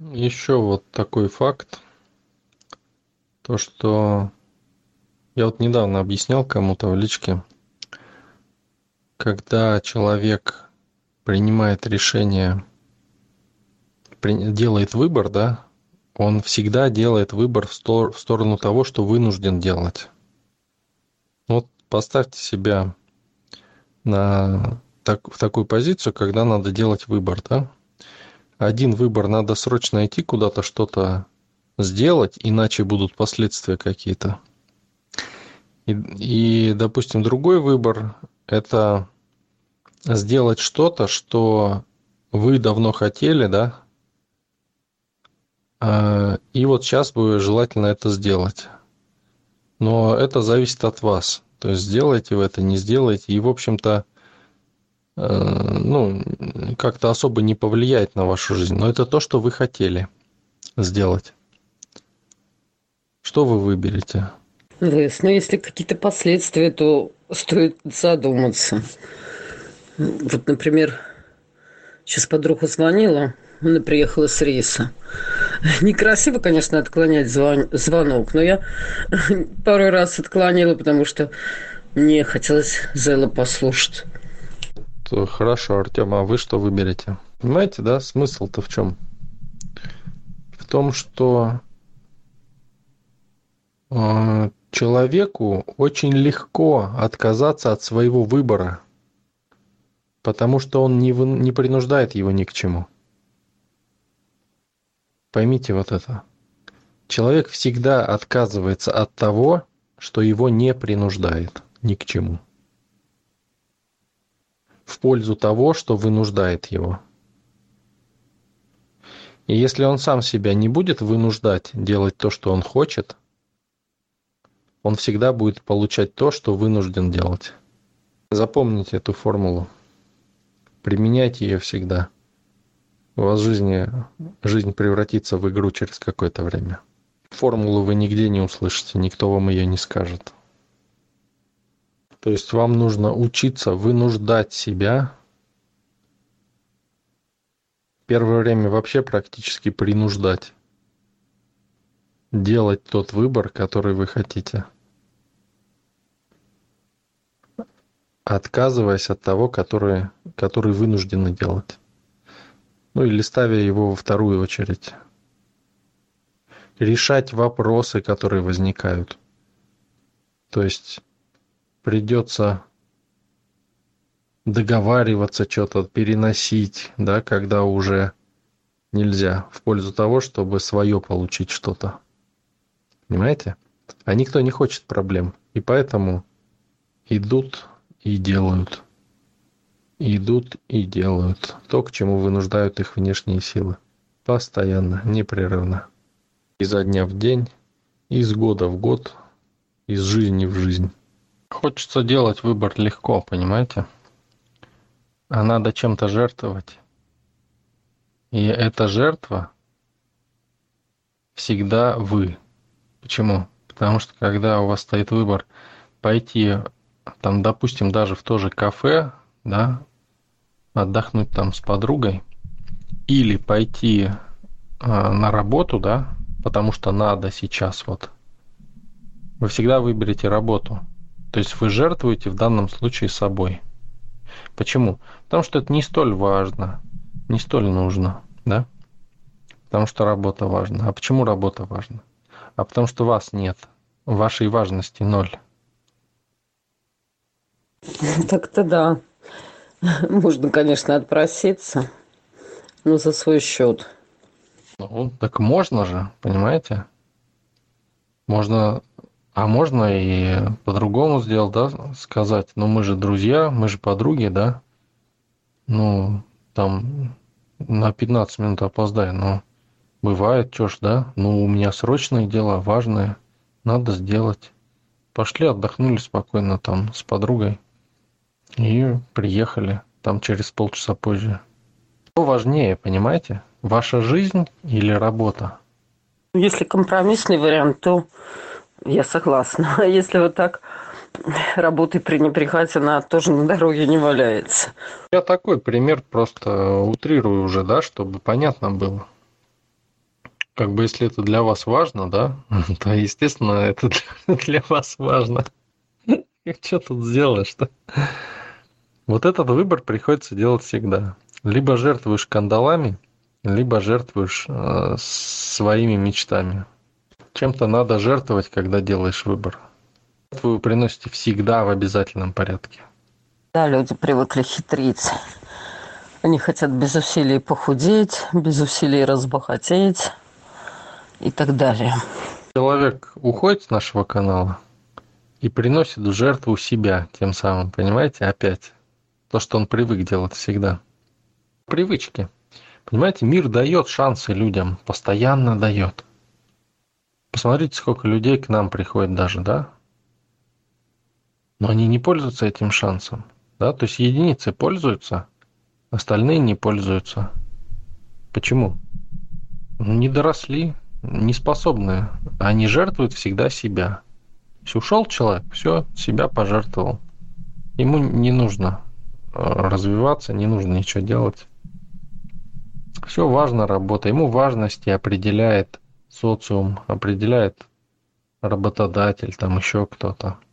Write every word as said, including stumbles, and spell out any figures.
Еще вот такой факт, то что я вот недавно объяснял кому-то в личке, когда человек принимает решение, при- делает выбор, да, он всегда делает выбор в, стор- в сторону того, что вынужден делать. Вот поставьте себя на так, в такую позицию, когда надо делать выбор, да. Один выбор: надо срочно идти куда-то что-то сделать, иначе будут последствия какие-то. И, и, допустим, другой выбор – это сделать что-то, что вы давно хотели, да, а, и вот сейчас бы желательно это сделать. Но это зависит от вас. То есть сделаете вы это, не сделаете. И, в общем-то, э, ну, как-то особо не повлияет на вашу жизнь. Но это то, что вы хотели сделать. Что вы выберете? Лес, но если какие-то последствия, то стоит задуматься. Вот, например, сейчас подруга звонила, она приехала с рейса. Некрасиво, конечно, отклонять звон- звонок, но я пару раз отклонила, потому что мне хотелось Зела послушать. То хорошо, Артем, а вы что выберете? Понимаете, да, смысл-то в чем? В том, что э, человеку очень легко отказаться от своего выбора, потому что он не, вы- не принуждает его ни к чему. Поймите вот это. Человек всегда отказывается от того, что его не принуждает ни к чему, в пользу того, что вынуждает его. И если он сам себя не будет вынуждать делать то, что он хочет, он всегда будет получать то, что вынужден делать. Запомните эту формулу, применяйте ее всегда. У вас в жизни жизнь превратится в игру через какое-то время. Формулу вы нигде не услышите, никто вам ее не скажет. То есть вам нужно учиться вынуждать себя, первое время вообще практически принуждать, делать тот выбор, который вы хотите, отказываясь от того, который, который вынуждены делать. Ну или ставя его во вторую очередь. Решать вопросы, которые возникают. То есть придется договариваться, что-то переносить, да, когда уже нельзя, в пользу того, чтобы свое получить что-то. Понимаете? А никто не хочет проблем. И поэтому идут и делают. Идут и делают то, к чему вынуждают их внешние силы. Постоянно, непрерывно. Изо дня в день, из года в год, из жизни в жизнь. Хочется делать выбор легко, понимаете? А надо чем-то жертвовать. И эта жертва всегда вы. Почему? Потому что когда у вас стоит выбор пойти, там, допустим, даже в то же кафе, да, отдохнуть там с подругой, или пойти э, на работу, да, потому что надо сейчас вот, вы всегда выберете работу. То есть вы жертвуете в данном случае собой. Почему? Потому что это не столь важно, не столь нужно, да? Потому что работа важна. А почему работа важна? А потому что вас нет, вашей важности ноль. Так-то да. Можно, конечно, отпроситься, но за свой счет. Ну, так можно же, понимаете? Можно, а можно и по-другому сделать, да, сказать, ну мы же друзья, мы же подруги, да, ну, там на пятнадцать минут опоздай, ну, бывает, чё ж, да, ну, у меня срочные дела, важные, надо сделать. Пошли, отдохнули спокойно там с подругой и приехали там через полчаса позже. Что важнее, понимаете? Ваша жизнь или работа? Если компромиссный вариант, то я согласна. А если вот так работой пренебрегать, она тоже на дороге не валяется. Я такой пример просто утрирую уже, да, чтобы понятно было. Как бы если это для вас важно, да, то, естественно, это для, для вас важно. Что тут сделаешь-то? Вот этот выбор приходится делать всегда. Либо жертвуешь кандалами, либо жертвуешь э, своими мечтами. Чем-то надо жертвовать, когда делаешь выбор. Вы приносите всегда в обязательном порядке. Да, люди привыкли хитрить. Они хотят без усилий похудеть, без усилий разбогатеть и так далее. Человек уходит с нашего канала и приносит в жертву себя тем самым, понимаете, опять. То, что он привык делать всегда. Привычки. Понимаете, мир дает шансы людям, постоянно дает. Посмотрите, сколько людей к нам приходит даже, да? Но они не пользуются этим шансом, да? То есть единицы пользуются, остальные не пользуются. Почему? Ну, не доросли, не способны. Они жертвуют всегда себя. Если ушел человек, все, себя пожертвовал. Ему не нужно э, развиваться, не нужно ничего делать. Все важно работа. Ему важности определяет социум, определяет работодатель, там еще кто-то.